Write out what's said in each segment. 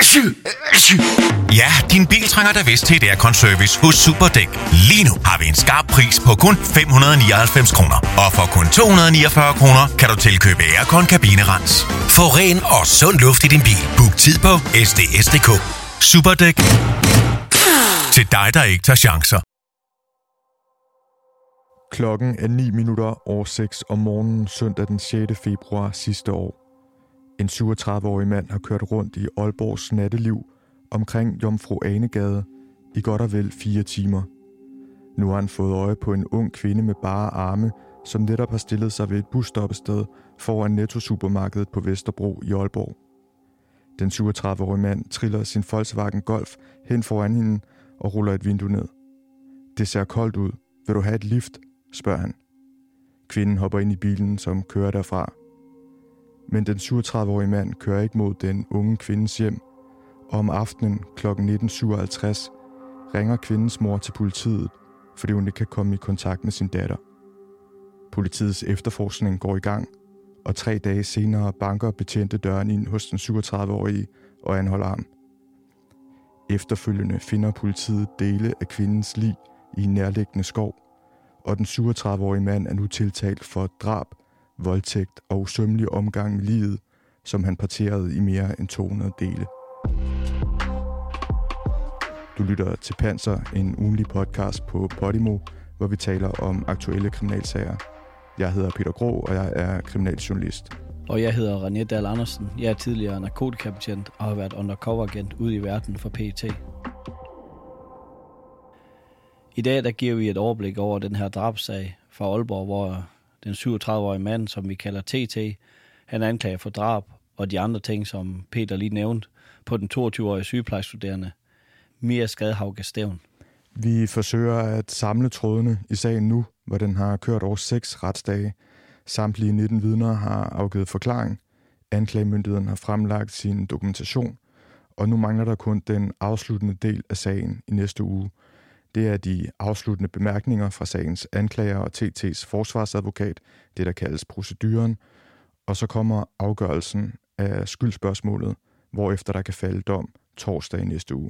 Ja, din bil trænger da vist til et aircon-service hos Superdæk. Lige nu har vi en skarp pris på kun 599 kroner. Og for kun 249 kroner kan du tilkøbe aircon kabinerens. Få ren og sund luft i din bil. Book tid på sds.dk. Superdæk. Til dig, der ikke tager chancer. Klokken er 6:09 om morgenen søndag den 6. februar sidste år. En 37-årig mand har kørt rundt i Aalborgs natteliv omkring Jomfru Anegade i godt og vel 4 timer. Nu har han fået øje på en ung kvinde med bare arme, som netop har stillet sig ved et busstoppested foran Netto-supermarkedet på Vesterbro i Aalborg. Den 37-årige mand triller sin Volkswagen Golf hen foran hende og ruller et vindue ned. Det ser koldt ud. Vil du have et lift? Spørger han. Kvinden hopper ind i bilen, som kører derfra. Men den 37-årige mand kører ikke mod den unge kvindes hjem, og om aftenen kl. 19.57 ringer kvindens mor til politiet, fordi hun ikke kan komme i kontakt med sin datter. Politiets efterforskning går i gang, og 3 dage senere banker betjente døren ind hos den 37-årige og anholder ham. Efterfølgende finder politiet dele af kvindens lig i en nærliggende skov, og den 37-årige mand er nu tiltalt for drab, voldtægt og usømmelig omgang med livet, som han parterede i mere end 200 dele. Du lytter til Panser, en ugenlig podcast på Podimo, hvor vi taler om aktuelle kriminalsager. Jeg hedder Peter Grå, og jeg er kriminaljournalist. Og jeg hedder René Dahl Andersen. Jeg er tidligere narkotikabetjent og har været undercover-agent ude i verden for PET. I dag der giver vi et overblik over den her drabsag fra Aalborg, hvor den 37-årige mand, som vi kalder TT, han er anklaget for drab og de andre ting, som Peter lige nævnte, på den 22-årige sygeplejestuderende Mia Skadhauge Stævn. Vi forsøger at samle trådene i sagen nu, hvor den har kørt over 6 retsdage. Samtlige 19 vidner har afgivet forklaring. Anklagemyndigheden har fremlagt sin dokumentation, og nu mangler der kun den afsluttende del af sagen i næste uge. Det er de afsluttende bemærkninger fra sagens anklager og TT's forsvarsadvokat, det der kaldes proceduren, og så kommer afgørelsen af skyldspørgsmålet, hvorefter der kan falde dom torsdag i næste uge.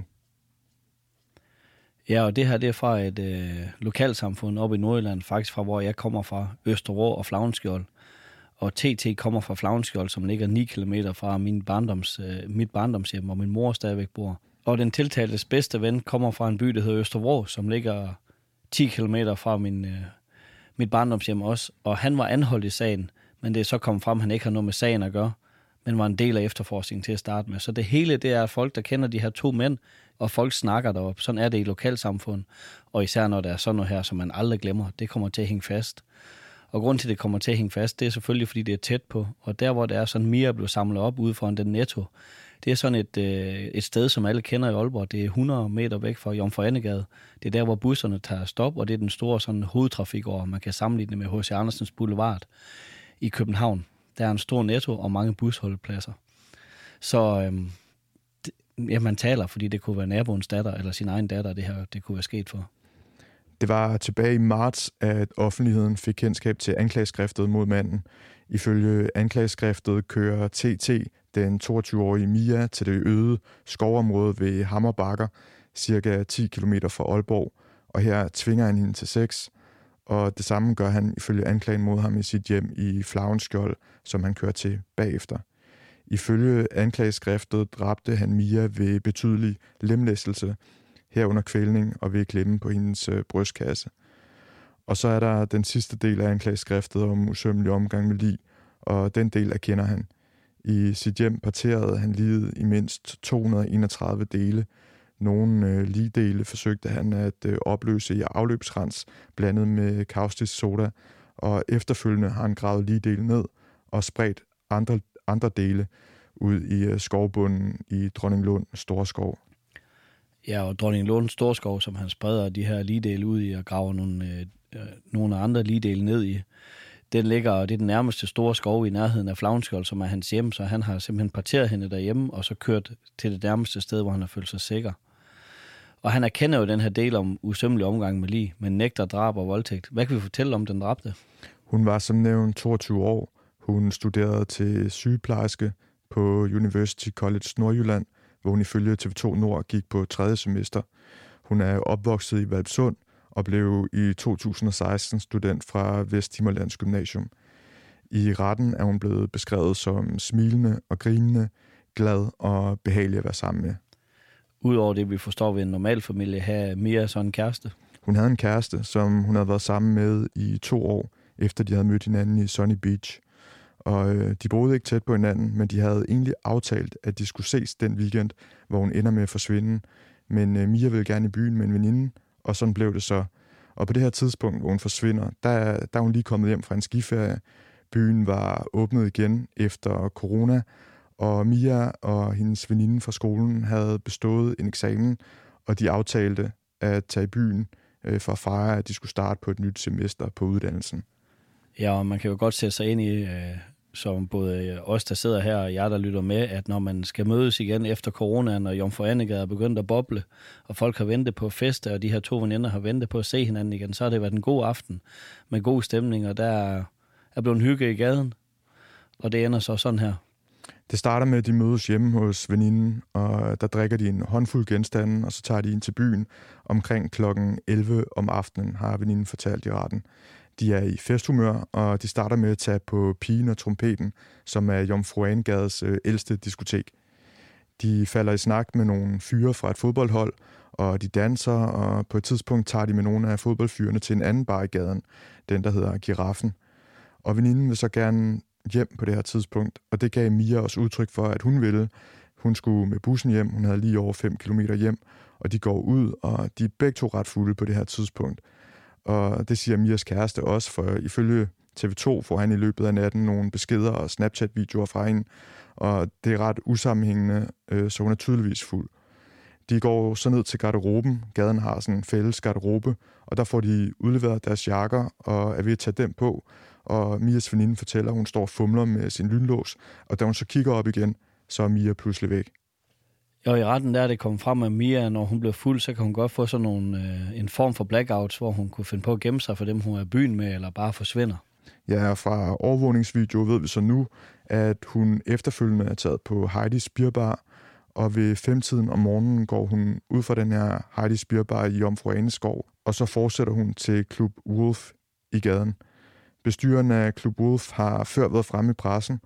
Ja, og det her det er fra et lokalsamfund oppe i Nordjylland, faktisk fra hvor jeg kommer fra, Østerå og Flavnskjold. Og TT kommer fra Flavnskjold, som ligger 9 kilometer fra mit barndomshjem, hvor min mor stadigvæk bor. Og den tiltaltes bedste ven kommer fra en by, der hedder Østervrå, som ligger 10 kilometer fra mit barndomshjem også. Og han var anholdt i sagen, men det er så kommet frem, at han ikke har noget med sagen at gøre, men var en del af efterforskningen til at starte med. Så det hele, det er folk, der kender de her 2 mænd, og folk snakker deroppe. Sådan er det i lokalsamfund, og især når der er sådan noget her, som man aldrig glemmer, det kommer til at hænge fast. Og grunden til, at det kommer til at hænge fast, det er selvfølgelig, fordi det er tæt på. Og der, hvor det er sådan, Mia blev samlet op ude foran den Netto, det er sådan et sted, som alle kender i Aalborg. Det er 100 meter væk fra Jomfru Anegade. Det er der, hvor busserne tager stop, og det er den store sådan, hovedtrafik over. Man kan sammenligne det med H.C. Andersens Boulevard i København. Der er en stor Netto og mange busholdpladser. Så man taler, fordi det kunne være naboens datter eller sin egen datter, det her det kunne være sket for. Det var tilbage i marts, at offentligheden fik kendskab til anklageskriftet mod manden. Ifølge anklageskriftet kører TT, den 22-årige Mia, til det øde skovområde ved Hammerbakker, cirka 10 km fra Aalborg, og her tvinger han hende til sex, og det samme gør han ifølge anklagen mod ham i sit hjem i Flavnskjold, som han kører til bagefter. Ifølge anklageskriftet dræbte han Mia ved betydelig lemlæstelse, herunder kvælning og ved klemme på hendes brystkasse. Og så er der den sidste del af anklageskriftet om usømmelig omgang med lig, og den del erkender han. I sit hjem parterede han liget i mindst 231 dele. Nogle ligdele forsøgte han at opløse i afløbsrens blandet med kaustisk soda, og efterfølgende har han gravet ligdele ned og spredt andre dele ud i skovbunden i Dronninglund Storskov. Ja, og Dronninglund Storskov, som han spreder de her ligdele ud i og graver nogle andre ligdele ned i, den ligger, og det er den nærmeste store skov i nærheden af Flavnskjold, som er hans hjem, så han har simpelthen parteret hende derhjemme, og så kørt til det nærmeste sted, hvor han har følt sig sikker. Og han erkender jo den her del om usømmelig omgang med lig, men nægter drab og voldtægt. Hvad kan vi fortælle om den dræbte? Hun var som nævnt 22 år. Hun studerede til sygeplejerske på University College Nordjylland, hvor hun ifølge TV2 Nord gik på 3. semester. Hun er opvokset i Hvalpsund og blev i 2016 student fra Vesthimmerlands Gymnasium. I retten er hun blevet beskrevet som smilende og grinende, glad og behagelig at være sammen med. Udover det, vi forstår ved en normal familie, havde Mia så en kæreste? Hun havde en kæreste, som hun havde været sammen med i 2 år, efter de havde mødt hinanden i Sunny Beach. Og de boede ikke tæt på hinanden, men de havde egentlig aftalt, at de skulle ses den weekend, hvor hun ender med at forsvinde. Men Mia ville gerne i byen med en veninde, og sådan blev det så. Og på det her tidspunkt, hvor hun forsvinder, der er hun lige kommet hjem fra en skiferie. Byen var åbnet igen efter corona, og Mia og hendes veninde fra skolen havde bestået en eksamen, og de aftalte at tage i byen for at fejre, at de skulle starte på et nyt semester på uddannelsen. Ja, og man kan jo godt sætte sig ind i, som både os, der sidder her, og jer, der lytter med, at når man skal mødes igen efter coronaen, og Jomfru Ane-Gade er begyndt at boble, og folk har ventet på fester, og de her 2 veninder har ventet på at se hinanden igen, så har det været en god aften med god stemning, og der er blevet hygge i gaden, og det ender så sådan her. Det starter med, at de mødes hjemme hos veninden, og der drikker de en håndfuld genstande, og så tager de ind til byen omkring klokken 11 om aftenen, har veninden fortalt i retten. De er i festhumør, og de starter med at tage på Pigen og Trompeten, som er Jomfru Ane-Gades ældste diskotek. De falder i snak med nogle fyre fra et fodboldhold, og de danser, og på et tidspunkt tager de med nogle af fodboldfyrene til en anden bar i gaden, den der hedder Giraffen. Og veninden vil så gerne hjem på det her tidspunkt, og det gav Mia også udtryk for, at hun ville. Hun skulle med bussen hjem, hun havde lige over 5 kilometer hjem, og de går ud, og de er begge to ret fulde på det her tidspunkt. Og det siger Mias kæreste også, for ifølge TV2 får han i løbet af natten nogle beskeder og Snapchat-videoer fra hende, og det er ret usammenhængende, så hun er tydeligvis fuld. De går så ned til garderoben. Gaden har sådan en fælles garderobe, og der får de udleveret deres jakker og er ved at tage dem på. Og Mias veninde fortæller, at hun står og fumler med sin lynlås, og da hun så kigger op igen, så er Mia pludselig væk. Og i retten der er det kommet frem, at Mia, når hun bliver fuld, så kan hun godt få sådan en form for blackouts, hvor hun kunne finde på at gemme sig for dem, hun er i byen med, eller bare forsvinder. Ja, fra overvågningsvideo ved vi så nu, at hun efterfølgende er taget på Heidis Bierbar, og ved 5-tiden om morgenen går hun ud fra den her Heidis Bierbar i Jomfru Ane Skov, og så fortsætter hun til Club Wolf i gaden. Bestyreren af Club Wolf har før været fremme i pressen,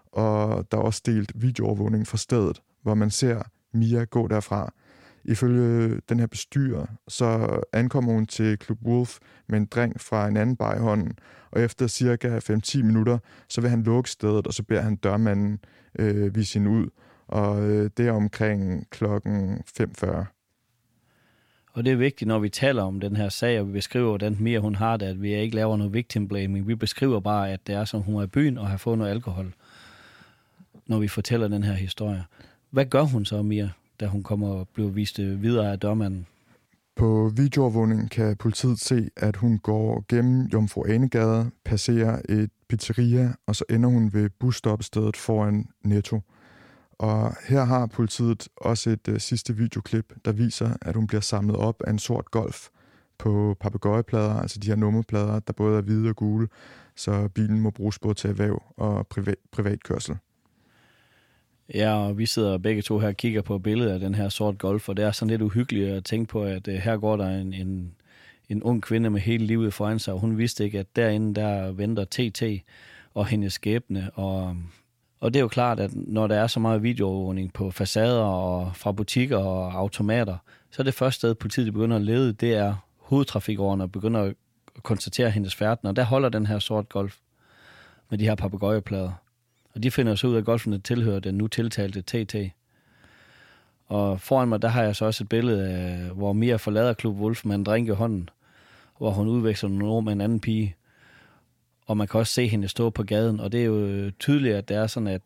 og der er også delt videoovervågning fra stedet, hvor man ser Mia gå derfra. Ifølge den her bestyrer, så ankommer hun til Club Wolf med en drink fra en anden bar i hånden, og efter cirka 5-10 minutter, så vil han lukke stedet, og så beder han dørmanden vise hende ud, og det er omkring klokken 5:40. Og det er vigtigt, når vi taler om den her sag, og vi beskriver, hvordan Mia hun har det, at vi ikke laver noget victim blaming. Vi beskriver bare, at det er som hun er i byen og har fået noget alkohol, når vi fortæller den her historie. Hvad gør hun så, Mia, da hun kommer og bliver vist videre af dørmanden? På videoovervågningen kan politiet se, at hun går gennem Jomfru Ane-Gade, passerer et pizzeria, og så ender hun ved busstoppestedet foran Netto. Og her har politiet også et sidste videoklip, der viser, at hun bliver samlet op af en sort Golf på papegøjeplader, altså de her nummerplader, der både er hvide og gule, så bilen må bruges både til erhverv og privatkørsel. Ja, og vi sidder begge to her og kigger på billedet af den her sort Golf, og det er sådan lidt uhyggeligt at tænke på, at her går der en ung kvinde med hele livet foran sig, og hun vidste ikke, at derinde der venter TT og hendes skæbne, og det er jo klart, at når der er så meget videoovervågning på facader og fra butikker og automater, så er det første sted, politiet begynder at lede, det er hovedtrafikårene og begynder at konstatere hendes færden, og der holder den her sort Golf med de her papegøjeplader. Og de finder så ud af, at Golfen tilhører den nu tiltalte TT. Og foran mig, der har jeg så også et billede af, hvor Mia forlader Club Wolf med en drink i hånden, hvor hun udveksler nogle ord med en anden pige. Og man kan også se hende stå på gaden, og det er jo tydeligt, at det er sådan,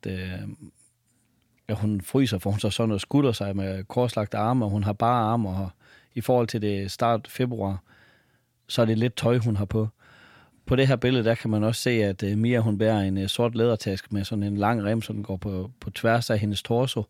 at hun fryser, for hun så sådan og skutter sig med korslagte arme, og hun har bare arme, og i forhold til det start februar, så er det lidt tøj, hun har på. På det her billede, der kan man også se, at Mia, hun bærer en sort lædertaske med sådan en lang rem, så den går på tværs af hendes torso.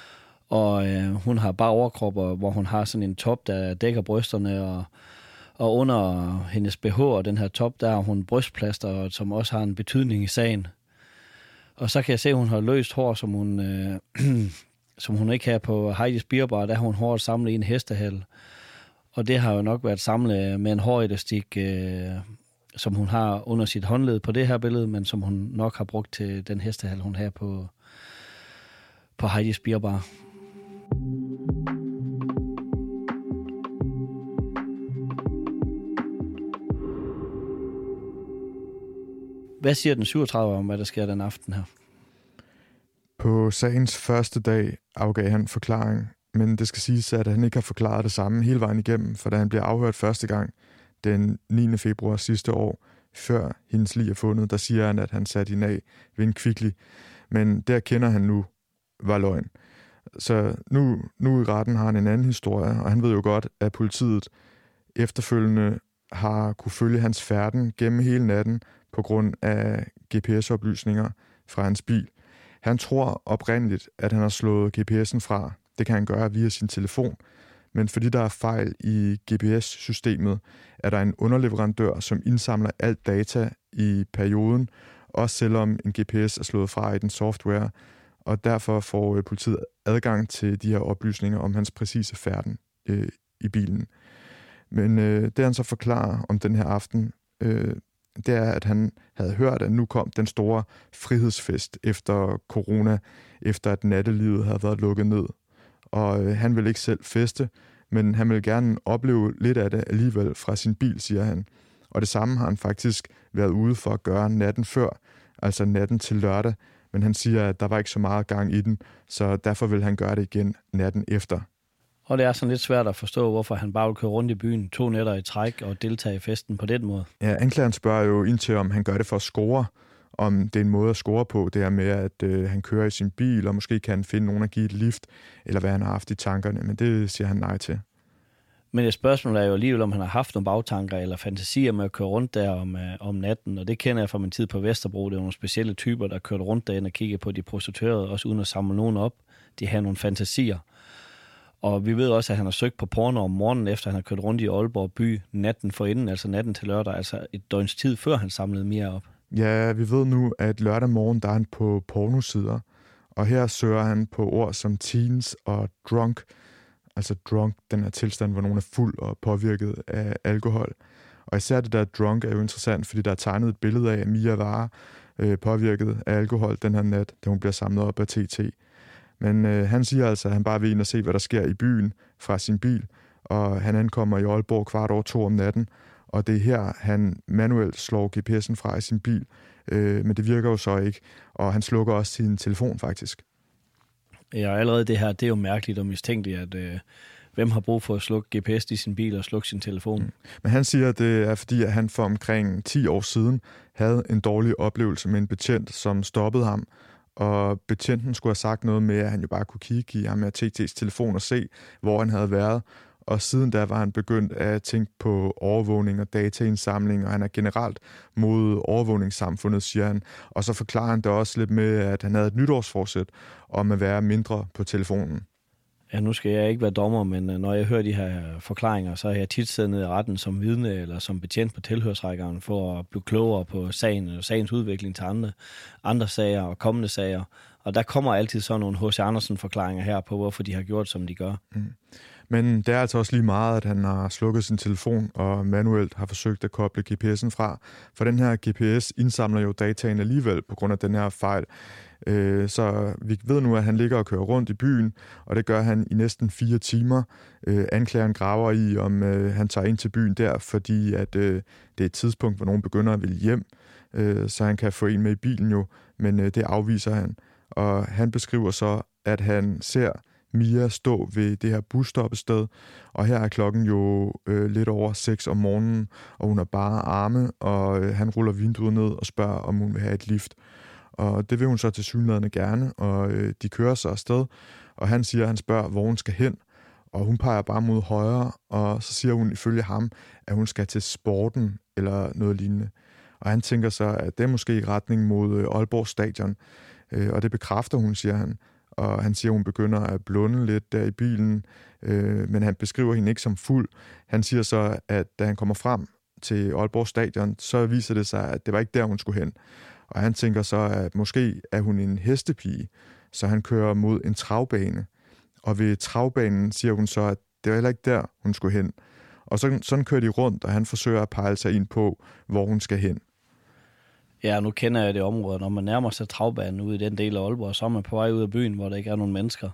Og hun har bare overkropper, hvor hun har sådan en top, der dækker brysterne, og under hendes BH og den her top, der har hun brystplaster, som også har en betydning i sagen. Og så kan jeg se, at hun har løst hår, som hun som hun ikke har på Heidis Bierbar, der har hun hårdt samlet i en hestehal. Og det har jo nok været samlet med en hårelastik, som hun har under sit håndled på det her billede, men som hun nok har brugt til den hestehal, hun har på Heidis Bierbar. Hvad siger den 37 om, hvad der sker den aften her? På sagens første dag afgav han forklaring, men det skal siges, at han ikke har forklaret det samme hele vejen igennem, for da han bliver afhørt første gang den 9. februar sidste år, før hendes lig er fundet, der siger han, at han satte hende af ved en Kvickly. Men det erkender han nu var løgn. Så nu i retten har han en anden historie, og han ved jo godt, at politiet efterfølgende har kunne følge hans færden gennem hele natten på grund af GPS-oplysninger fra hans bil. Han tror oprindeligt, at han har slået GPS'en fra. Det kan han gøre via sin telefon. Men fordi der er fejl i GPS-systemet, er der en underleverandør, som indsamler alt data i perioden, også selvom en GPS er slået fra i den software, og derfor får politiet adgang til de her oplysninger om hans præcise færden i bilen. Men det han så forklarer om den her aften, det er, at han havde hørt, at nu kom den store frihedsfest efter corona, efter at nattelivet havde været lukket ned. Og han vil ikke selv feste, men han vil gerne opleve lidt af det alligevel fra sin bil, siger han. Og det samme har han faktisk været ude for at gøre natten før, altså natten til lørdag. Men han siger, at der var ikke så meget gang i den, så derfor vil han gøre det igen natten efter. Og det er sådan lidt svært at forstå, hvorfor han bare vil køre rundt i byen 2 nætter i træk og deltage i festen på den måde. Ja, anklageren spørger jo ind til, om han gør det for at score, om det er en måde at score på, det er med, at han kører i sin bil, og måske kan han finde nogen at give et lift, eller hvad han har haft i tankerne, men det siger han nej til. Men et spørgsmål er jo alligevel, om han har haft nogle bagtanker eller fantasier med at køre rundt der om natten, og det kender jeg fra min tid på Vesterbro. Det er nogle specielle typer, der kørte rundt derinde og kiggede på de prostituerede, også uden at samle nogen op. De har nogle fantasier. Og vi ved også, at han har søgt på porno om morgenen, efter han har kørt rundt i Aalborg by natten forinden, altså natten til lørdag, altså et døgns tid før han samlede mere op. Ja, vi ved nu, at lørdag morgen, der er han på pornosider, og her søger han på ord som teens og drunk, altså drunk, den her tilstand, hvor nogen er fuld og påvirket af alkohol. Og især det der drunk er jo interessant, fordi der er tegnet et billede af, at Mia var påvirket af alkohol den her nat, da hun bliver samlet op af TT. Men han siger altså, at han bare vil ind og se, hvad der sker i byen fra sin bil, og han ankommer i Aalborg 1:15 om natten, og det er her, han manuelt slår GPS'en fra i sin bil, men det virker jo så ikke, og han slukker også sin telefon faktisk. Ja, og allerede det her, det er jo mærkeligt og mistænkeligt, at hvem har brug for at slukke GPS i sin bil og slukke sin telefon? Men han siger, at det er fordi, at han for omkring 10 år siden havde en dårlig oplevelse med en betjent, som stoppede ham, og betjenten skulle have sagt noget med, at han jo bare kunne kigge i ham med TT's telefon og se, hvor han havde været. Og siden da var han begyndt at tænke på overvågning og dataindsamling, og han er generelt mod overvågningssamfundet, siger han. Og så forklarer han det også lidt med, at han havde et nytårsforsæt om at være mindre på telefonen. Ja, nu skal jeg ikke være dommer, men når jeg hører de her forklaringer, så er jeg tit siddet nede i retten som vidne eller som betjent på tilhørsrækkerne for at blive klogere på sagen og sagens udvikling til andre sager og kommende sager. Og der kommer altid sådan nogle H.C. Andersen-forklaringer her på, hvorfor de har gjort, som de gør. Mm. Men det er altså også lige meget, at han har slukket sin telefon og manuelt har forsøgt at koble GPS'en fra. For den her GPS indsamler jo dataen alligevel på grund af den her fejl. Så vi ved nu, at han ligger og kører rundt i byen, og det gør han i næsten 4 timer. Anklageren graver i, om han tager ind til byen der, fordi at, det er et tidspunkt, hvor nogen begynder at ville hjem, så han kan få en med i bilen jo, men det afviser han. Og han beskriver så, at han ser Mia stå ved det her busstoppested, og her er klokken jo lidt over 6 om morgenen, og hun har bare arme, og han ruller vinduet ned og spørger, om hun vil have et lift. Og det vil hun så tilsyneladende gerne, og de kører så afsted, og han siger, at han spørger, hvor hun skal hen, og hun peger bare mod højre, og så siger hun ifølge ham, at hun skal til sporten eller noget lignende. Og han tænker så, at det er måske i retning mod Aalborg Stadion, og det bekræfter hun, siger han. Og han siger, at hun begynder at blunde lidt der i bilen, men han beskriver hende ikke som fuld. Han siger så, at da han kommer frem til Aalborg Stadion, så viser det sig, at det var ikke der, hun skulle hen. Og han tænker så, at måske er hun en hestepige. så han kører mod en travbane. Og ved travbanen siger hun så, at det var heller ikke der, hun skulle hen. Og sådan kører de rundt, og han forsøger at pejle sig ind på, hvor hun skal hen. Ja, nu kender jeg det område. Når man nærmer sig travbanen ude i den del af Aalborg, så er man på vej ud af byen, hvor der ikke er nogen mennesker.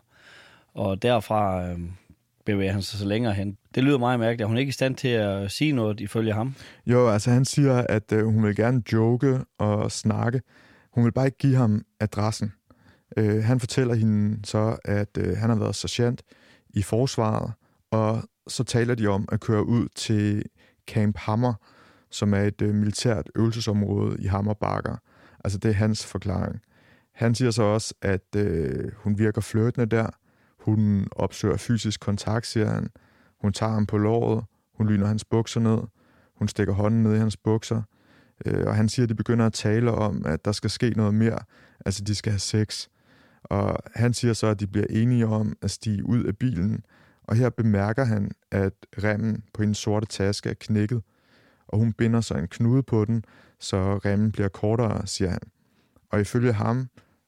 Og derfra bevæger han sig så længere hen. Det lyder meget mærkeligt. Er hun ikke i stand til at sige noget ifølge ham? Jo, altså han siger, at hun vil gerne joke og snakke. Hun vil bare ikke give ham adressen. Han fortæller hende så, at han har været sergeant i forsvaret, og så taler de om at køre ud til Camp Hammer, som er et militært øvelsesområde i Hammerbakker. Altså det er hans forklaring. Han siger så også, at hun virker flirtende der. Hun opsøger fysisk kontakt, siger han. Hun tager ham på låret. Hun lyner hans bukser ned. Hun stikker hånden ned i hans bukser. Og han siger, at de begynder at tale om, at der skal ske noget mere. Altså de skal have sex. Og han siger så, at de bliver enige om at stige ud af bilen. Og her bemærker han, at remmen på hendes sorte taske er knækket. Og hun binder så en knude på den, så remmen bliver kortere, siger han. Og ifølge ham,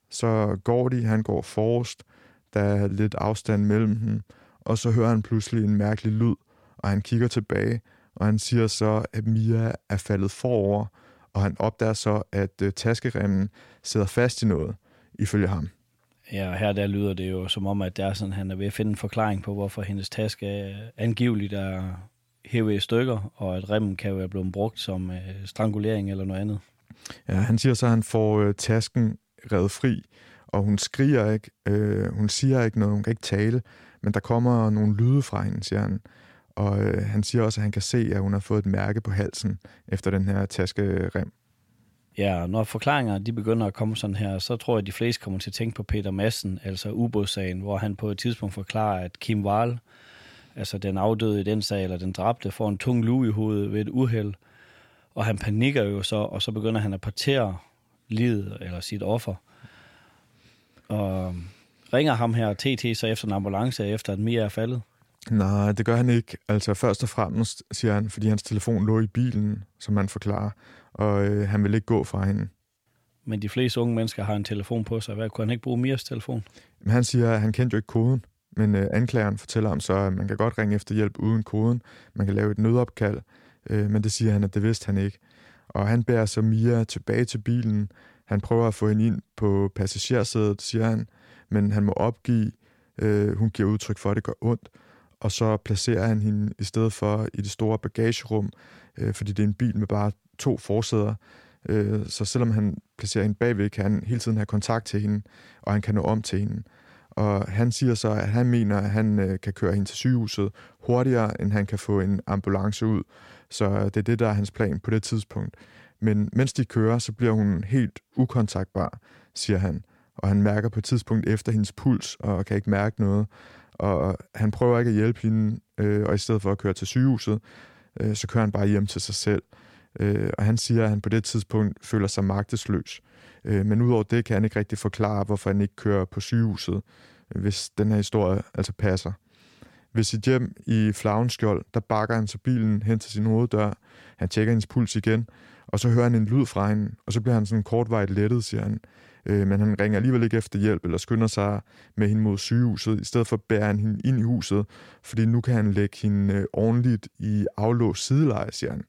så går han går forrest, der er lidt afstand mellem dem, og så hører han pludselig en mærkelig lyd, og han kigger tilbage, og han siger så, at Mia er faldet forover, og han opdager så, at taskeremmen sidder fast i noget, ifølge ham. Ja, og her der lyder det jo som om, at der er sådan, han er ved at finde en forklaring på, hvorfor hendes taske angiveligt er hævet i stykker, og at remmen kan jo være blevet brugt som strangulering eller noget andet. Ja, han siger så, at han får tasken revet fri, og hun skriger ikke, hun siger ikke noget, hun kan ikke tale, men der kommer nogle lyde fra hende, siger han. Og han siger også, at han kan se, at hun har fået et mærke på halsen efter den her taskerem. Ja, når forklaringer de begynder at komme sådan her, så tror jeg, at de fleste kommer til at tænke på Peter Madsen, altså ubådssagen, hvor han på et tidspunkt forklarer, at Kim Wall, altså den afdøde i den sag, eller den dræbte, får en tung lue i hovedet ved et uheld, og han panikker jo så, og så begynder han at partere livet eller sit offer. Og ringer ham her TT så efter en ambulance, efter at Mia er faldet? Nej, det gør han ikke. Altså først og fremmest, siger han, fordi hans telefon lå i bilen, som han forklarer, og han vil ikke gå fra hende. Men de fleste unge mennesker har en telefon på sig. Hvad, kunne han ikke bruge Mias telefon? Men han siger, at han kendte jo ikke koden, men anklageren fortæller ham så, at man kan godt ringe efter hjælp uden koden. Man kan lave et nødopkald, men det siger han, at det vidste han ikke. Og han bærer så Mia tilbage til bilen. Han prøver at få hende ind på passagersædet, siger han, men han må opgive. Hun giver udtryk for, at det gør ondt. Og så placerer han hende i stedet for i det store bagagerum, fordi det er en bil med bare 2 forsæder. Så selvom han placerer hende bagved, kan han hele tiden have kontakt til hende, og han kan nå om til hende. Og han siger så, at han mener, at han kan køre hende til sygehuset hurtigere, end han kan få en ambulance ud. Så det er det, der er hans plan på det tidspunkt. Men mens de kører, så bliver hun helt ukontaktbar, siger han. Og han mærker på et tidspunkt efter hendes puls, og kan ikke mærke noget. Og han prøver ikke at hjælpe hende, og i stedet for at køre til sygehuset, så kører han bare hjem til sig selv. Og han siger, at han på det tidspunkt føler sig magtesløs. Men udover det kan han ikke rigtig forklare, hvorfor han ikke kører på sygehuset, hvis den her historie altså passer. Ved sit hjem i Flavnskjold, der bakker han så bilen hen til sin hoveddør. Han tjekker hendes puls igen, og så hører han en lyd fra hende, og så bliver han sådan kortvarigt lettet, siger han. Men han ringer alligevel ikke efter hjælp, eller skynder sig med hende mod sygehuset. I stedet for bærer han hende ind i huset, fordi nu kan han lægge hende ordentligt i aflåst sideleje, siger han.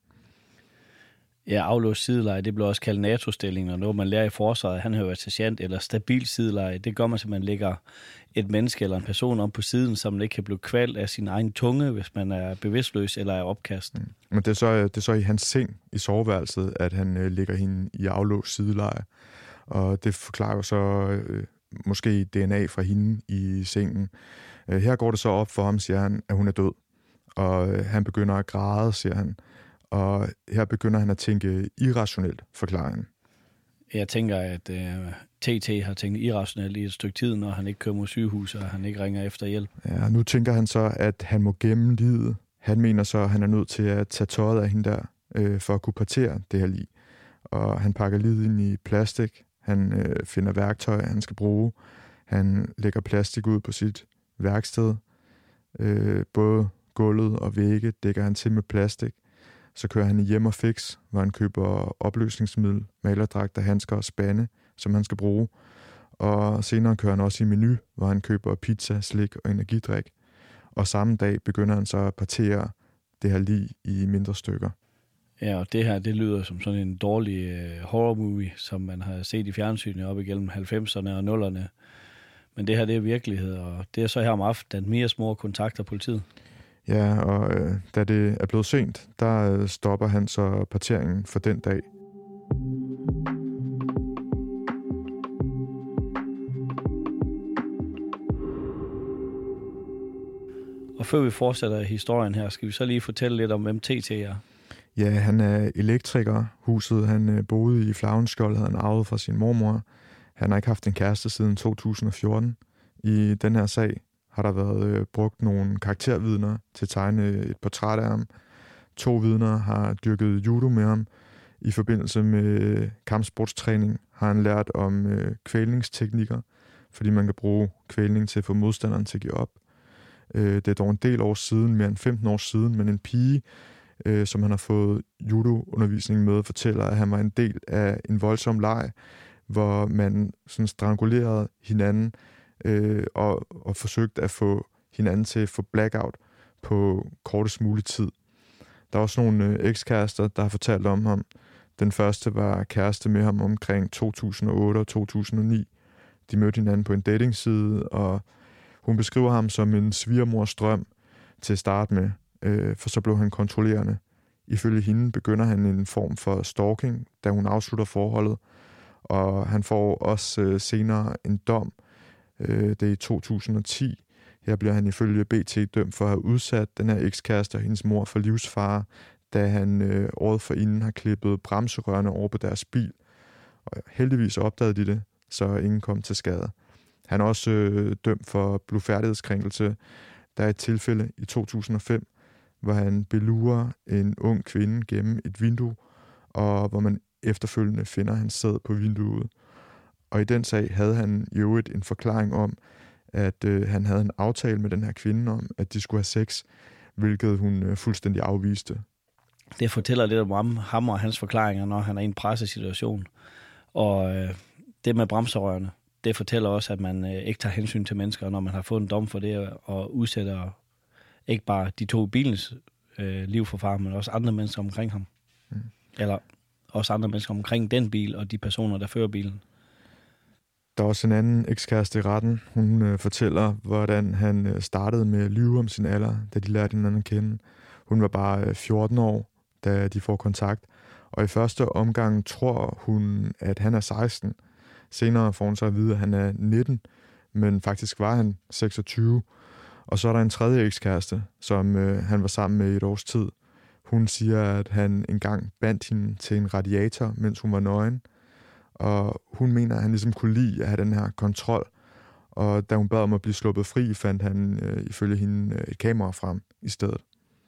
Ja, aflåst sideleje, det bliver også kaldt NATO-stilling, og noget man lærer i forsvaret, han hører sergeant eller stabil sideleje. Det gør man, så man lægger et menneske eller en person om på siden, så man ikke kan blive kvalt af sin egen tunge, hvis man er bevidstløs eller er opkast. Men det er så i hans seng i soveværelset, at han lægger hende i aflåst sideleje. Og det forklarer jo så måske DNA fra hende i sengen. Her går det så op for ham, siger han, at hun er død. Og han begynder at græde, siger han. Og her begynder han at tænke irrationelt, forklarer han. Jeg tænker, at TT har tænkt irrationelt i et stykke tid, når han ikke kører mod sygehus, og han ikke ringer efter hjælp. Ja, nu tænker han så, at han må gemme livet. Han mener så, at han er nødt til at tage tøjet af hende der, for at kunne partere det her lig. Og han pakker livet ind i plastik. Han finder værktøj, han skal bruge. Han lægger plastik ud på sit værksted. Både gulvet og vægge dækker han til med plastik. Så kører han i Hjem og Fix, hvor han køber opløsningsmiddel, malerdragter, handsker og spande, som han skal bruge. Og senere kører han også i Menu, hvor han køber pizza, slik og energidrik. Og samme dag begynder han så at partere det her lig i mindre stykker. Ja, og det her, det lyder som sådan en dårlig horror-movie, som man har set i fjernsynet op igennem 90'erne og 0'erne. Men det her, det er virkelighed, og det er så her om aftenen, at Mias mor kontakter politiet. Ja, og da det er blevet sent, der stopper han så parteringen for den dag. Og før vi fortsætter historien her, skal vi så lige fortælle lidt om, hvem TT er. Ja, han er elektriker. Huset, han boede i Flavnskjold, havde han arvet fra sin mormor. Han har ikke haft en kæreste siden 2014. I den her sag har der været brugt nogle karaktervidner til at tegne et portræt af ham. 2 vidner har dyrket judo med ham. I forbindelse med kampsportstræning har han lært om kvælningsteknikker, fordi man kan bruge kvælning til at få modstanderen til at give op. Det er dog en del år siden, mere end 15 år siden, men en pige, som han har fået judo-undervisning med, fortæller, at han var en del af en voldsom leg, hvor man sådan strangulerede hinanden og forsøgte at få hinanden til at få blackout på kortest mulig tid. Der er også nogle ekskærester, der har fortalt om ham. Den første var kæreste med ham omkring 2008 og 2009. De mødte hinanden på en datingside, og hun beskriver ham som en svigermors drøm til at starte med, for så blev han kontrollerende. Ifølge hende begynder han en form for stalking, da hun afslutter forholdet, og han får også senere en dom. Det er i 2010. Her bliver han ifølge BT dømt for at have udsat den her ekskæreste og hendes mor for livsfare, da han året forinden har klippet bremserørene over på deres bil. Og heldigvis opdagede de det, så ingen kom til skade. Han er også dømt for blufærdighedskrænkelse. Der er et tilfælde i 2005, hvor han belurer en ung kvinde gennem et vindue, og hvor man efterfølgende finder hans sæd på vinduet. Og i den sag havde han i øvrigt en forklaring om, at han havde en aftale med den her kvinde om, at de skulle have sex, hvilket hun fuldstændig afviste. Det fortæller lidt om ham og hans forklaringer, når han er i en pressesituation. Og det med bremserørene, det fortæller også, at man ikke tager hensyn til mennesker, når man har fået en dom for det, og udsætter ikke bare de 2 bilens liv for fare, men også andre mennesker omkring ham. Mm. Eller også andre mennesker omkring den bil, og de personer, der fører bilen. Der er også en anden ekskæreste i retten. Hun fortæller, hvordan han startede med at lyve om sin alder, da de lærte hinanden at kende. Hun var bare 14 år, da de får kontakt. Og i første omgang tror hun, at han er 16. Senere får hun så at vide, at han er 19, men faktisk var han 26. Og så er der en tredje ekskæreste, som han var sammen med i et års tid. Hun siger, at han engang bandt hende til en radiator, mens hun var nøgen. Og hun mener, at han ligesom kunne lide at have den her kontrol. Og da hun bad om at blive sluppet fri, fandt han ifølge hende et kamera frem i stedet.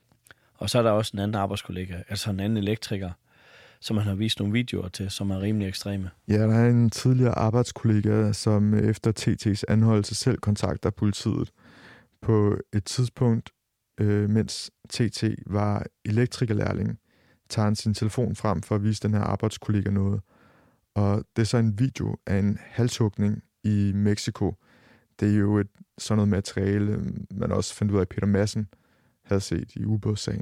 Og så er der også en anden arbejdskollega, altså en anden elektriker, som han har vist nogle videoer til, som er rimelig ekstreme. Ja, der er en tidligere arbejdskollega, som efter TT's anholdelse selv kontakter politiet. På et tidspunkt, mens TT var elektrikerlærling, tager han sin telefon frem for at vise den her arbejdskollega noget. Og det er så en video af en halshugning i Mexico. Det er jo sådan noget materiale, man også fandt ud af, at Peter Madsen havde set i ubådssagen.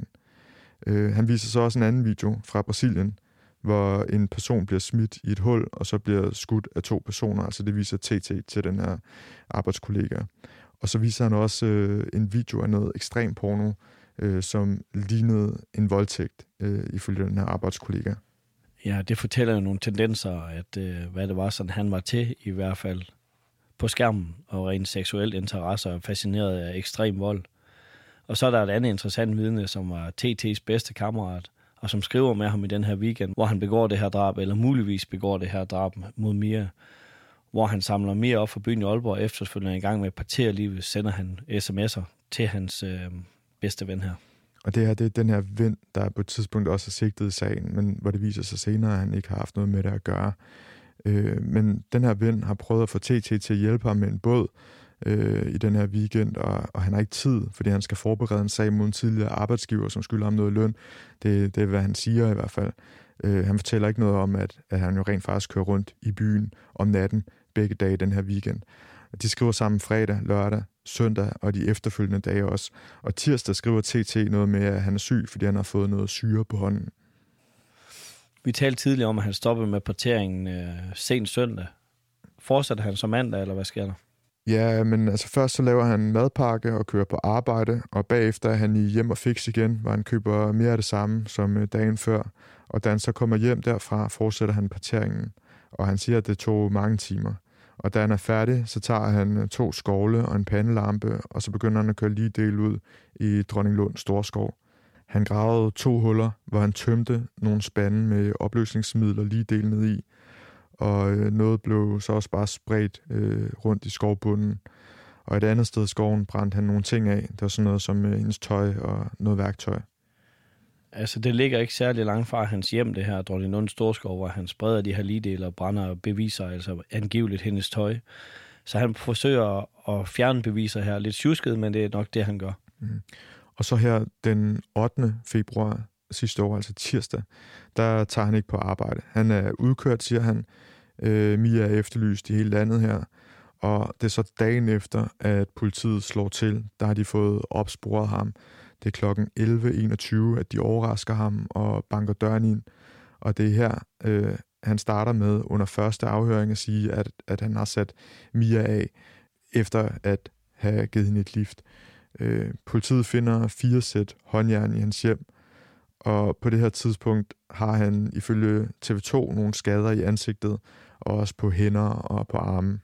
Han viser så også en anden video fra Brasilien, hvor en person bliver smidt i et hul, og så bliver skudt af 2 personer. Altså det viser TT til den her arbejdskollega. Og så viser han også en video af noget ekstrem porno, som lignede en voldtægt ifølge den her arbejdskollega. Ja, det fortæller jo nogle tendenser, at hvad det var, sådan han var til, i hvert fald på skærmen, og rent seksuelt interesse og fascineret af ekstrem vold. Og så er der et andet interessant vidne, som var TT's bedste kammerat, og som skriver med ham i den her weekend, hvor han begår det her drab, eller muligvis begår det her drab mod Mia, hvor han samler Mia op fra byen i Aalborg, og efterfølgende i gang med parterlivet sender han sms'er til hans bedste ven her. Og det her, det er den her ven, der på et tidspunkt også er sigtet i sagen, men hvor det viser sig senere, at han ikke har haft noget med det at gøre. Men den her ven har prøvet at få TT til at hjælpe ham med en båd i den her weekend, og han har ikke tid, fordi han skal forberede en sag mod en tidligere arbejdsgiver, som skylder ham noget løn. Det er, hvad han siger i hvert fald. Han fortæller ikke noget om, at han jo rent faktisk kører rundt i byen om natten, begge dage den her weekend. De skriver sammen fredag, lørdag, søndag og de efterfølgende dage også. Og tirsdag skriver TT noget med, at han er syg, fordi han har fået noget syre på hånden. Vi talte tidligere om, at han stoppede med parteringen sent søndag. Fortsætter han som mandag, eller hvad sker der? Ja, men altså først så laver han madpakke og kører på arbejde, og bagefter er han i hjem og fix igen, hvor han køber mere af det samme som dagen før. Og da han så kommer hjem derfra, fortsætter han parteringen, og han siger, at det tog mange timer. Og da han er færdig, så tager han 2 skovle og en pandelampe, og så begynder han at køre lige del ud i Dronninglund Storskov. Han gravede 2 huller, hvor han tømte nogle spande med opløsningsmidler lige del ned i, og noget blev så også bare spredt rundt i skovbunden. Og et andet sted i skoven brændte han nogle ting af. Det var sådan noget som hendes tøj og noget værktøj. Altså, det ligger ikke særlig langt fra hans hjem, det her Dronninglund Storskov, hvor han spreder de her ligedele og brænder beviser, altså angiveligt hendes tøj. Så han forsøger at fjerne beviser her. Lidt tjusket, men det er nok det, han gør. Mm. Og så her den 8. februar sidste år, altså tirsdag, der tager han ikke på arbejde. Han er udkørt, siger han. Mia er efterlyst i hele landet her. Og det er så dagen efter, at politiet slår til. Der har de fået opsporet ham. Det er klokken 11.21, at de overrasker ham og banker døren ind. Og det er her, han starter med under første afhøring at sige, at han har sat Mia af, efter at have givet hende et lift. Politiet finder 4 sæt håndjern i hans hjem, og på det her tidspunkt har han ifølge TV2 nogle skader i ansigtet, og også på hænder og på armen.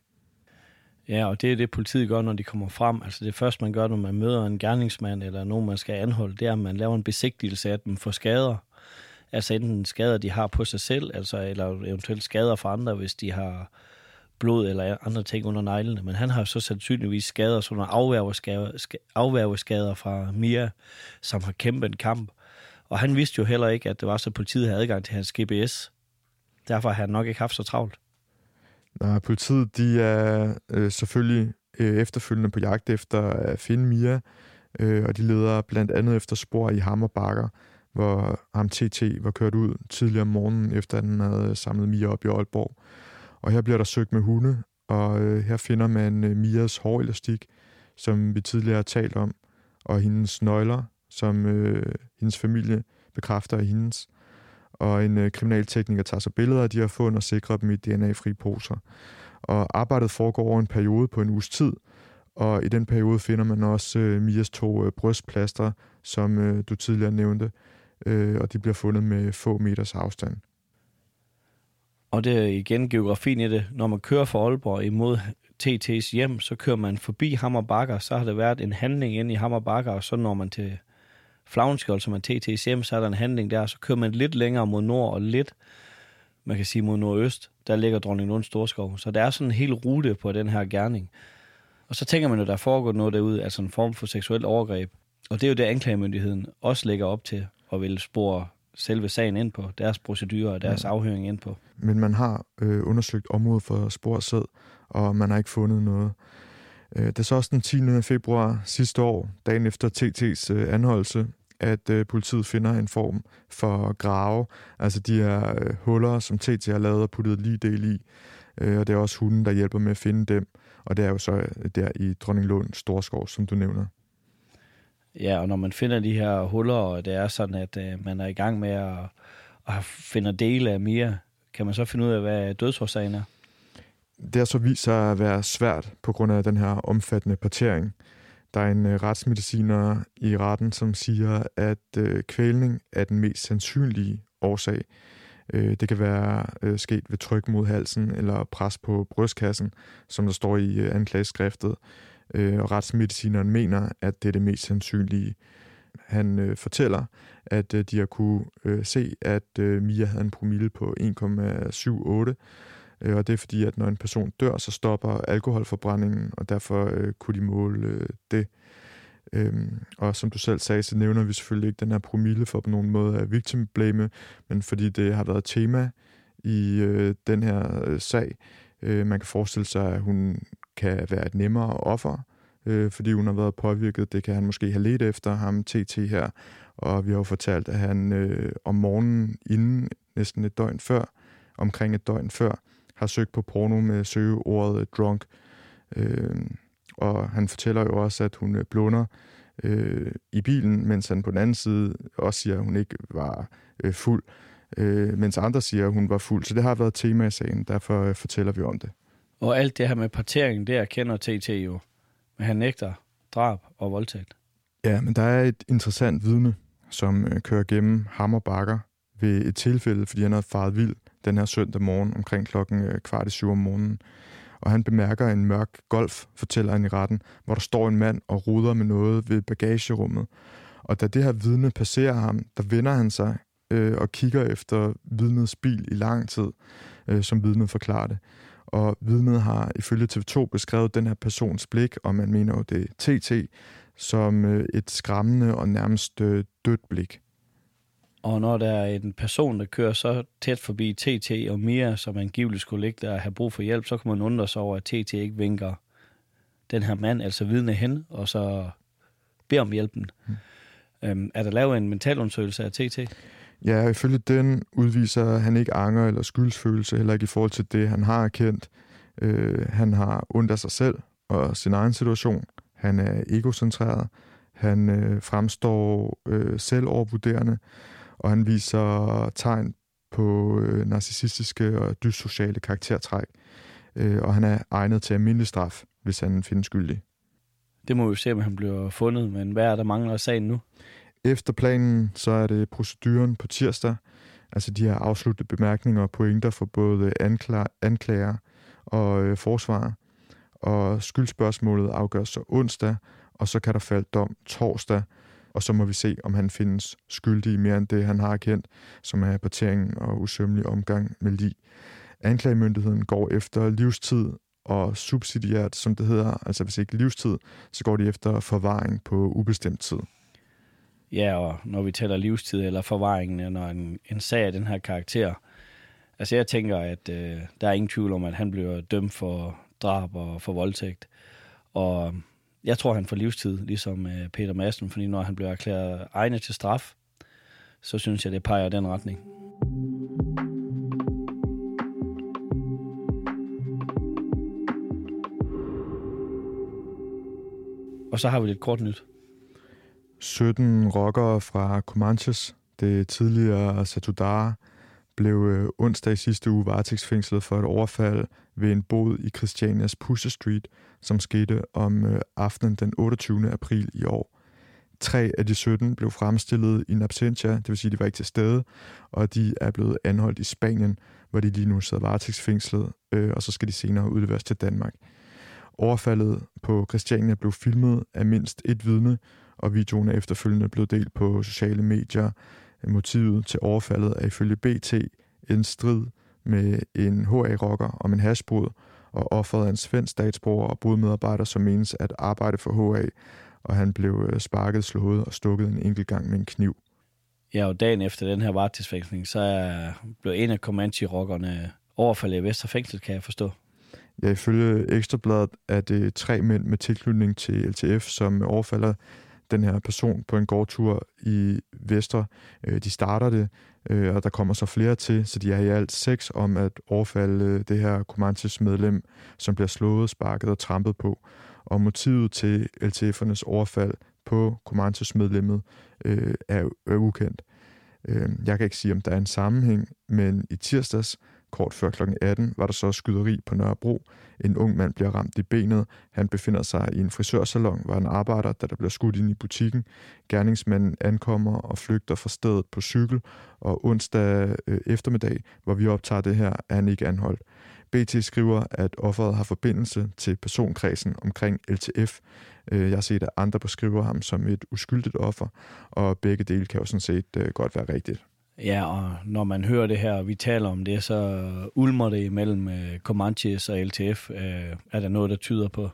Ja, og det er det, politiet gør, når de kommer frem. Altså det første, man gør, når man møder en gerningsmand eller nogen, man skal anholde, det er, at man laver en besigtigelse af dem for skader. Altså enten skader, de har på sig selv, altså, eller eventuelt skader for andre, hvis de har blod eller andre ting under neglene. Men han har så sandsynligvis skader, sådan nogle afværgeskader fra Mia, som har kæmpet en kamp. Og han vidste jo heller ikke, at det var så, politiet havde adgang til hans GPS. Derfor har han nok ikke haft så travlt. Nej, politiet de er selvfølgelig efterfølgende på jagt efter at finde Mia, og de leder blandt andet efter spor i Hammer Bakker, hvor ham TT var kørt ud tidligere om morgenen, efter at han havde samlet Mia op i Aalborg. Og her bliver der søgt med hunde, og her finder man Mias hårelastik, som vi tidligere har talt om, og hendes nøgler, som hendes familie bekræfter af hendes. Og en kriminaltekniker tager så billeder af de her fund og sikrer dem i DNA-fri poser. Og arbejdet foregår over en periode på en uges tid, og i den periode finder man også Mias 2 brystplaster, som du tidligere nævnte, og de bliver fundet med få meters afstand. Og det er igen geografien i det. Når man kører fra Aalborg imod TT's hjem, så kører man forbi Hammer Bakker, så har der været en handling inde i Hammer Bakker, og så når man til Flavnskjold, som er TT's hjem, så er der en handling der, så kører man lidt længere mod nord og lidt, man kan sige mod nordøst, der ligger Dronninglund Storskov. Så der er sådan en hel rute på den her gerning. Og så tænker man jo, der foregår noget derude, altså en form for seksuelt overgreb. Og det er jo det, anklagemyndigheden også lægger op til, og vil spore selve sagen ind på, deres procedurer og deres afhøring ind på. Men man har undersøgt området for spor og sæd, og man har ikke fundet noget. Det er så også den 10. februar sidste år, dagen efter TT's anholdelse, at politiet finder en form for grave. Altså de her huller, som TT har lavet og puttet lige del i. Og det er også hunden, der hjælper med at finde dem. Og det er jo så der i Dronninglund Storskov, som du nævner. Ja, og når man finder de her huller, og det er sådan, at man er i gang med at finde dele af Mia, kan man så finde ud af, hvad dødsårsagen er? Det har så vist sig at være svært på grund af den her omfattende partering. Der er en retsmediciner i retten, som siger, at kvælning er den mest sandsynlige årsag. Det kan være sket ved tryk mod halsen eller pres på brystkassen, som der står i anklageskriftet. Og retsmedicineren mener, at det er det mest sandsynlige. Han fortæller, at de har kunne se, at Mia havde en promille på 1,78. Og det er fordi, at når en person dør, så stopper alkoholforbrændingen, og derfor kunne de måle det. Og som du selv sagde, så nævner vi selvfølgelig ikke den her promille for på nogen måde at victim blame, men fordi det har været tema i den her sag. Man kan forestille sig, at hun kan være et nemmere offer, fordi hun har været påvirket. Det kan han måske have ledt efter ham, TT her. Og vi har jo fortalt, at han om morgenen inden næsten et døgn før, omkring et døgn før, har søgt på porno med søgeordet drunk. Og han fortæller jo også, at hun blunder i bilen, mens han på den anden side også siger, at hun ikke var fuld, mens andre siger, at hun var fuld. Så det har været et tema i sagen, derfor fortæller vi om det. Og alt det her med partering, det erkender TT jo, men han nægter drab og voldtægt. Ja, men der er et interessant vidne, som kører gennem Hammer Bakker ved et tilfælde, fordi han havde faret vild den her søndag morgen omkring 6:15 om morgenen. Og han bemærker en mørk Golf, fortæller han i retten, hvor der står en mand og roder med noget ved bagagerummet. Og da det her vidne passerer ham, der vender han sig og kigger efter vidnets bil i lang tid, som vidnet forklarer det. Og vidnet har ifølge TV2 beskrevet den her persons blik, og man mener jo det er TT, som et skræmmende og nærmest dødt blik. Og når der er en person, der kører så tæt forbi TT og Mia, som angiveligt skulle ligge der og have brug for hjælp, så kan man undre sig over, at TT ikke vinker den her mand, altså vidne hen, og så beder om hjælpen. Er der lavet en mentalundersøgelse af TT? Ja, ifølge den udviser han ikke anger eller skyldsfølelse, heller ikke i forhold til det, han har erkendt. Han har ondt af sig selv og sin egen situation. Han er egocentreret. Han fremstår selvovervurderende, og han viser tegn på narcissistiske og dyssociale karaktertræk. Og han er egnet til almindelig straf, hvis han findes skyldig. Det må vi se, om han bliver fundet, men hvad er der mangler af sagen nu? Efter planen, så er det proceduren på tirsdag, altså de her afsluttede bemærkninger og pointer for både anklager og forsvarer. Og skyldspørgsmålet afgøres så onsdag, og så kan der falde dom torsdag, og så må vi se, om han findes skyldig i mere end det, han har erkendt, som er partering og usømmelig omgang med lig. Anklagemyndigheden går efter livstid og subsidiært, som det hedder, altså hvis ikke livstid, så går de efter forvaring på ubestemt tid. Ja, og når vi tæller livstid eller forvaringen, når en sag af den her karakter, altså jeg tænker, at der er ingen tvivl om, at han bliver dømt for drab og for voldtægt. Og jeg tror, han får livstid, ligesom Peter Madsen, fordi når han bliver erklæret egnet til straf, så synes jeg, det peger i den retning. Og så har vi lidt kort nyt. 17 rockere fra Comanches, det tidligere Satudara, blev onsdag i sidste uge varetægtsfængslet for et overfald ved en bod i Christianias Pusher Street, som skete om aftenen den 28. april i år. 3 af de 17 blev fremstillet in absentia, det vil sige, de var ikke til stede, og de er blevet anholdt i Spanien, hvor de lige nu sidder varetægtsfængslet, og så skal de senere udleveres til Danmark. Overfaldet på Christiania blev filmet af mindst et vidne, og videoen er efterfølgende blevet delt på sociale medier. Motivet til overfaldet er ifølge BT en strid med en HA-rocker om en hashbrud, og offeret er en svensk statsborger og bodmedarbejder, som menes at arbejde for HA, og han blev sparket, slået og stukket en enkelt gang med en kniv. Ja, og dagen efter den her varetægtsfængsling, så blev en af Comanche-rockerne overfaldet i Vestre Fængsel, kan jeg forstå. Ja, ifølge Ekstrabladet er det 3 mænd med tilknytning til LTF, som overfalder den her person på en gårdtur i Vestre. De starter det, og der kommer så flere til, så de er i alt 6 om at overfalde det her Comanches medlem, som bliver slået, sparket og trampet på. Og motivet til LTF'ernes overfald på Comanches medlemmet er ukendt. Jeg kan ikke sige, om der er en sammenhæng, men i tirsdags, kort før kl. 18, var der så skyderi på Nørrebro. En ung mand bliver ramt i benet. Han befinder sig i en frisørsalon, hvor han arbejder, da der bliver skudt ind i butikken. Gerningsmanden ankommer og flygter fra stedet på cykel, og onsdag eftermiddag, hvor vi optager det her, er han ikke anholdt. BT skriver, at offeret har forbindelse til personkredsen omkring LTF. Jeg har set, at andre beskriver ham som et uskyldigt offer, og begge dele kan jo sådan set godt være rigtigt. Ja, og når man hører det her, og vi taler om det, så ulmer det imellem Comanches og LTF, er der noget, der tyder på.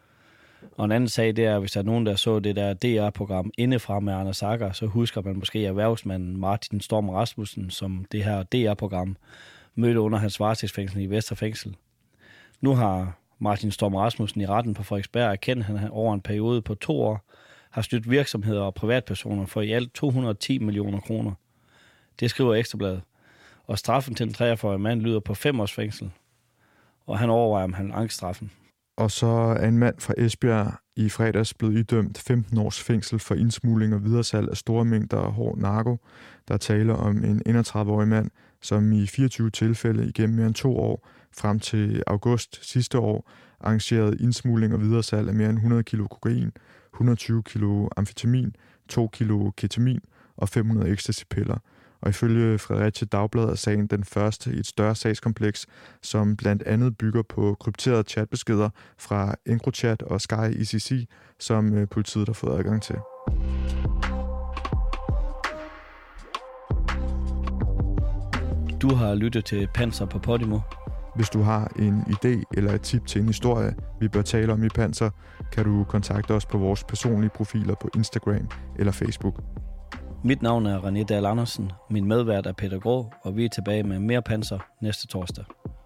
Og en anden sag, det er, hvis der er nogen, der så det der DR-program indefra med Anders Agger, så husker man måske erhvervsmanden Martin Storm Rasmussen, som det her DR-program mødte under hans varetægtsfængsel i Vestre Fængsel. Nu har Martin Storm Rasmussen i retten på Frederiksberg erkendt, at han over en periode på 2 år har støttet virksomheder og privatpersoner for i alt 210 millioner kroner. Det skriver Ekstrabladet. Og straffen til den 43-årige mand lyder på 5 års fængsel. og han overvejer, om han vil anke straffen. Og så er en mand fra Esbjerg i fredags blevet idømt 15 års fængsel for indsmugling og videresalg af store mængder hård narko. Der taler om en 31-årig mand, som i 24 tilfælde igennem mere end 2 år frem til august sidste år arrangerede indsmugling og videresalg af mere end 100 kilo kokain, 120 kilo amfetamin, 2 kilo ketamin og 500 ecstasy-piller. Og ifølge Fredericia Dagblad er sagen den første i et større sagskompleks, som blandt andet bygger på krypterede chatbeskeder fra EncroChat og Sky ECC, som politiet har fået adgang til. Du har lyttet til Panser på Podimo. Hvis du har en idé eller et tip til en historie, vi bør tale om i Panser, kan du kontakte os på vores personlige profiler på Instagram eller Facebook. Mit navn er René Dahl Andersen, min medvært er Peter Grå, og vi er tilbage med mere Panser næste torsdag.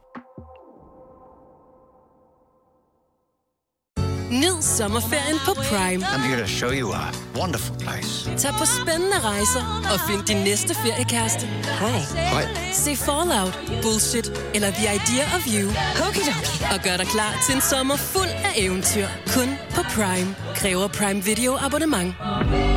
Nyd sommerferien på Prime. I'm here to show you a wonderful place. Tag på spændende rejser og find din næste feriekæreste. Hej. Se Fallout, Bullshit eller The Idea of You. Og gør dig klar til en sommer fuld af eventyr. Kun på Prime. Kræver Prime Video abonnement.